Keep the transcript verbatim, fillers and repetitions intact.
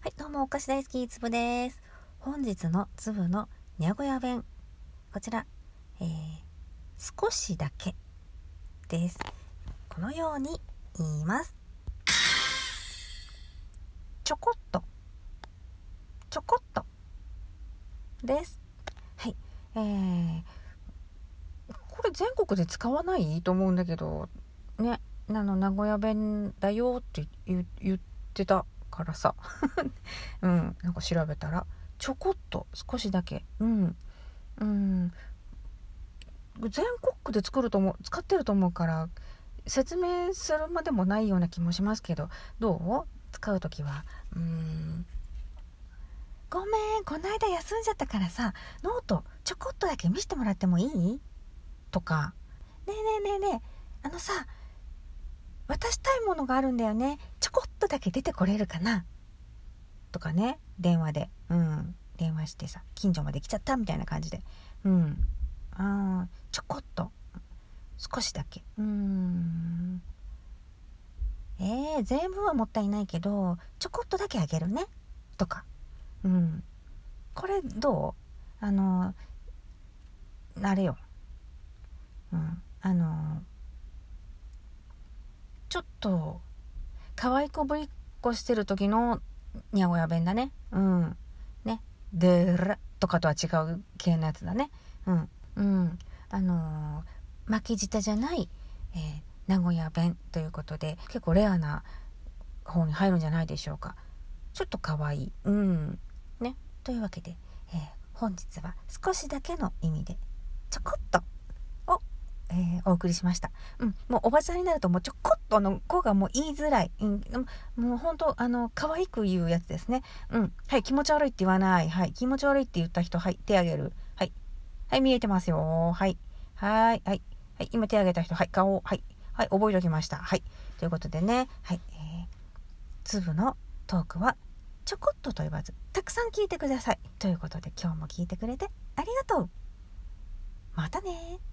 はい、どうもお菓子大好きつぶです。本日のつぶの名古屋弁、こちら、えー、少しだけです。このように言います。ちょこっと、ちょこっとです。はい、えー、これ全国で使わないと思うんだけどね、あの名古屋弁だよって言、言ってたからさうん、なんか調べたらちょこっと少しだけうんうん全国で作ると思う使ってると思うから説明するまでもないような気もしますけど、どう使うときはうーんごめん、この間休んじゃったからさノートちょこっとだけ見せてもらってもいいとか、ねえねえねえねえ、あのさ渡したいものがあるんだよね、ちょこっとだけ出てこれるかなとかね、電話でうん電話してさ、近所まで来ちゃったみたいな感じで、うんあちょこっと少しだけうーんえー、全部はもったいないけどちょこっとだけあげるねとか、うんこれどうあのあれよ、うんあのちょっと可愛いこぶりっこしてる時のにゃごや弁だね。うんね、でらとかとは違う系のやつだね。うんうんあのー、巻き舌じゃない、えー、名古屋弁ということで結構レアな方に入るんじゃないでしょうか。ちょっと可愛いうんねというわけで、えー、本日は少しだけの意味でちょこっとを、えー、お送りしました。うん、もうおばちゃんになるともうちょこっとの子がもう言いづらい。うん、もう本当あの可愛く言うやつですね。うん、はい、気持ち悪いって言わない。はい、気持ち悪いって言った人、はい、手あげる。はい、はい、見えてますよ。はい、はい、はい、はい、今手あげた人、はい、顔、はい、はい、覚えておきました。はい、ということでね、はい、えー、粒のトークはちょこっとと言わず、たくさん聞いてください。ということで今日も聞いてくれてありがとう。またね。